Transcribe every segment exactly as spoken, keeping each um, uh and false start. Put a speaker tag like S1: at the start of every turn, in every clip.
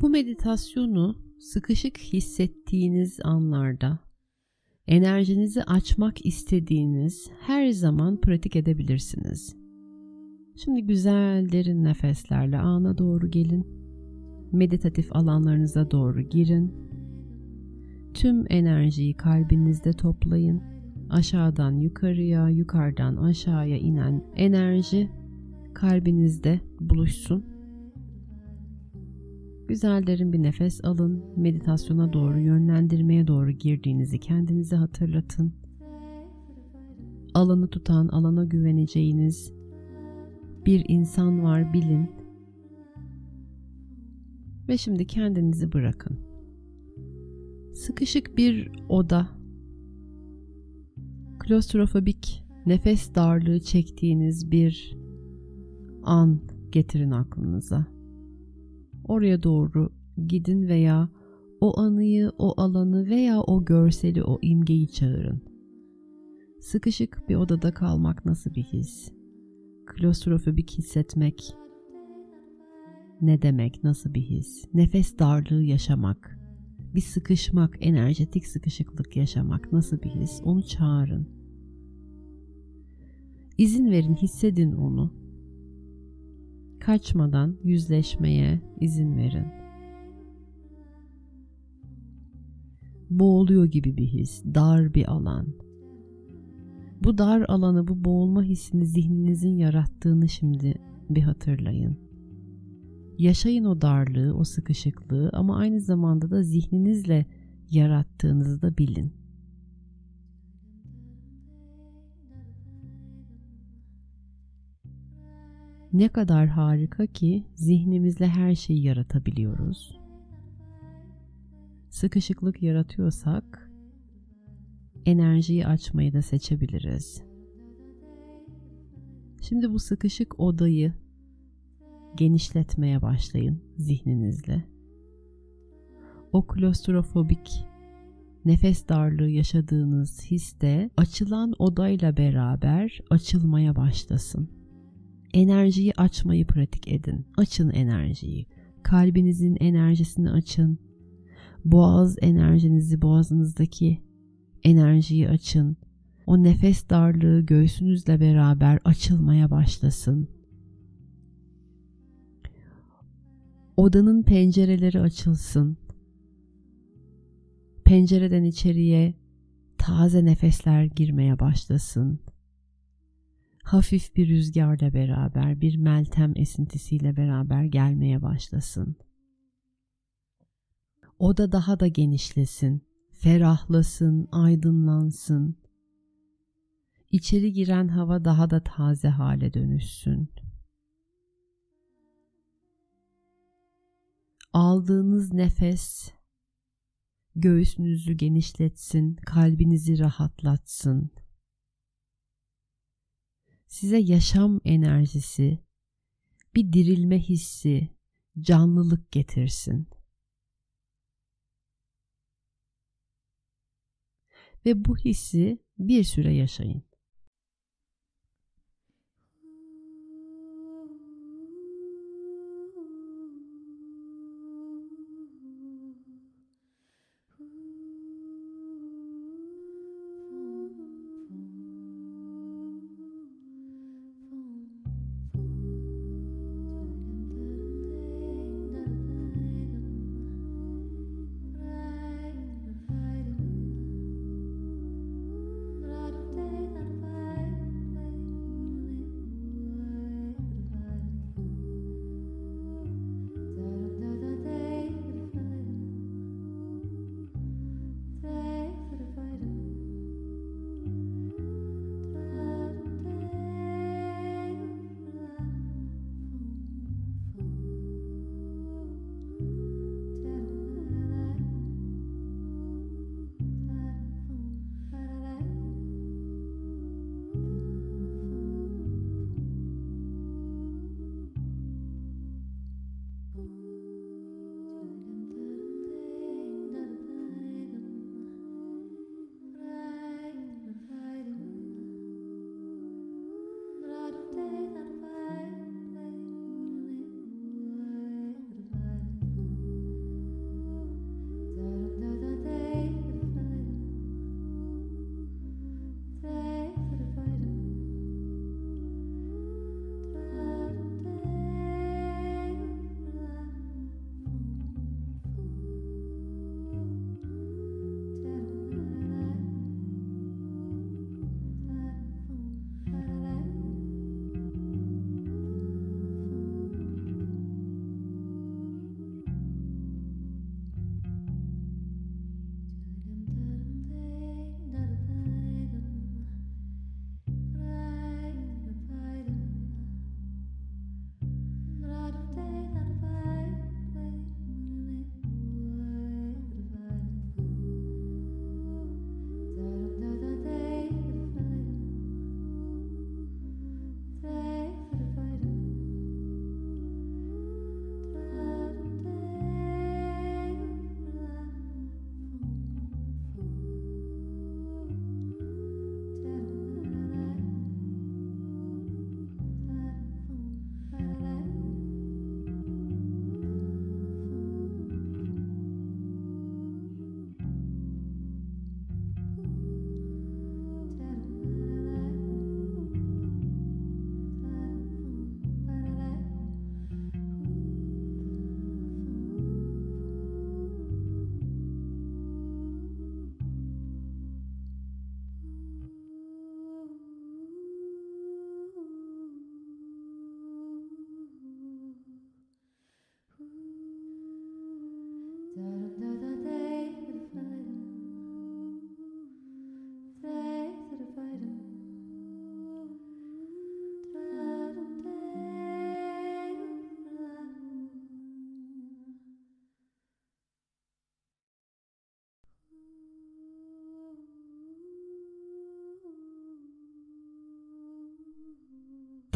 S1: Bu meditasyonu sıkışık hissettiğiniz anlarda, enerjinizi açmak istediğiniz her zaman pratik edebilirsiniz. Şimdi güzel derin nefeslerle ana doğru gelin. Meditatif alanlarınıza doğru girin. Tüm enerjiyi kalbinizde toplayın. Aşağıdan yukarıya, yukarıdan aşağıya inen enerji kalbinizde buluşsun. Güzel derin bir nefes alın. Meditasyona doğru, yönlendirmeye doğru girdiğinizi kendinize hatırlatın. Alanı tutan, alana güveneceğiniz bir insan var bilin. Ve şimdi kendinizi bırakın. Sıkışık bir oda, klostrofobik, nefes darlığı çektiğiniz bir an getirin aklınıza. Oraya doğru gidin veya o anıyı, o alanı veya o görseli, o imgeyi çağırın. Sıkışık bir odada kalmak nasıl bir his? Klostrofobik hissetmek ne demek, nasıl bir his? Nefes darlığı yaşamak, bir sıkışmak, enerjetik sıkışıklık yaşamak nasıl bir his? Onu çağırın. İzin verin, hissedin onu. Kaçmadan yüzleşmeye izin verin. Boğuluyor gibi bir his, dar bir alan. Bu dar alanı, bu boğulma hissini zihninizin yarattığını şimdi bir hatırlayın. Yaşayın o darlığı, o sıkışıklığı ama aynı zamanda da zihninizle yarattığınızı da bilin. Ne kadar harika ki zihnimizle her şeyi yaratabiliyoruz. Sıkışıklık yaratıyorsak enerjiyi açmayı da seçebiliriz. Şimdi bu sıkışık odayı genişletmeye başlayın zihninizle. O klostrofobik, nefes darlığı yaşadığınız histe açılan odayla beraber açılmaya başlasın. Enerjiyi açmayı pratik edin. Açın enerjiyi. Kalbinizin enerjisini açın. Boğaz enerjinizi, boğazınızdaki enerjiyi açın. O nefes darlığı göğsünüzle beraber açılmaya başlasın. Odanın pencereleri açılsın. Pencereden içeriye taze nefesler girmeye başlasın. Hafif bir rüzgarla beraber, bir meltem esintisiyle beraber gelmeye başlasın. Oda daha da genişlesin, ferahlasın, aydınlansın. İçeri giren hava daha da taze hale dönüşsün. Aldığınız nefes göğsünüzü genişletsin, kalbinizi rahatlatsın. Size yaşam enerjisi, bir dirilme hissi, canlılık getirsin. Ve bu hissi bir süre yaşayın.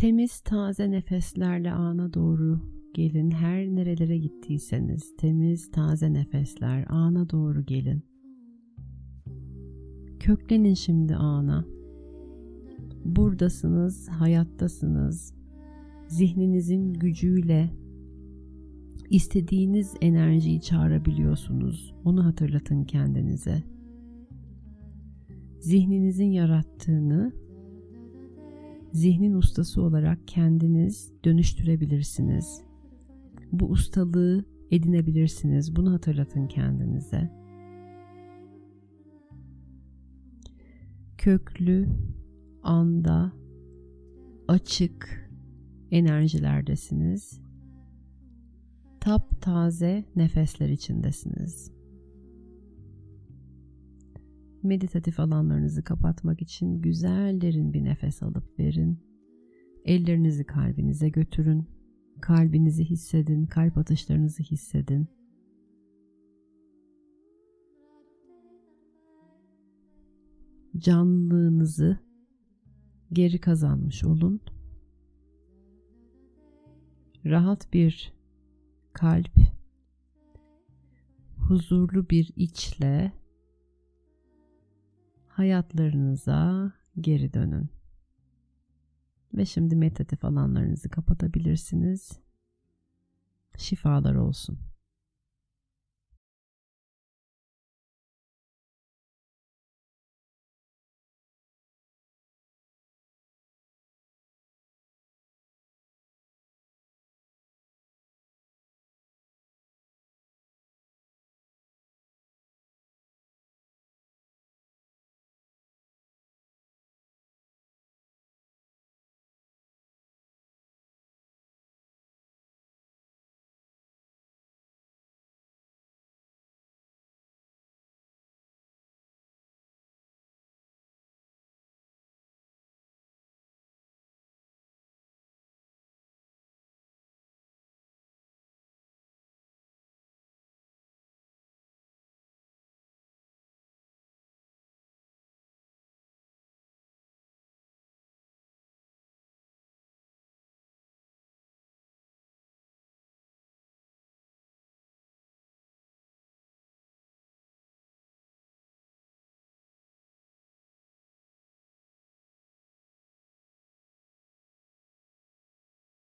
S1: Temiz, taze nefeslerle ana doğru gelin. Her nerelere gittiyseniz temiz, taze nefesler, ana doğru gelin. Köklenin şimdi ana. Buradasınız, hayattasınız. Zihninizin gücüyle istediğiniz enerjiyi çağırabiliyorsunuz. Onu hatırlatın kendinize. Zihninizin yarattığını zihnin ustası olarak kendiniz dönüştürebilirsiniz. Bu ustalığı edinebilirsiniz. Bunu hatırlatın kendinize. Köklü, anda, açık enerjilerdesiniz. Taptaze nefesler içindesiniz. Meditatif alanlarınızı kapatmak için güzel derin bir nefes alıp verin. Ellerinizi kalbinize götürün. Kalbinizi hissedin, kalp atışlarınızı hissedin. Canlılığınızı geri kazanmış olun. Rahat bir kalp, huzurlu bir içle hayatlarınıza geri dönün. Ve şimdi meditatif alanlarınızı kapatabilirsiniz. Şifalar olsun.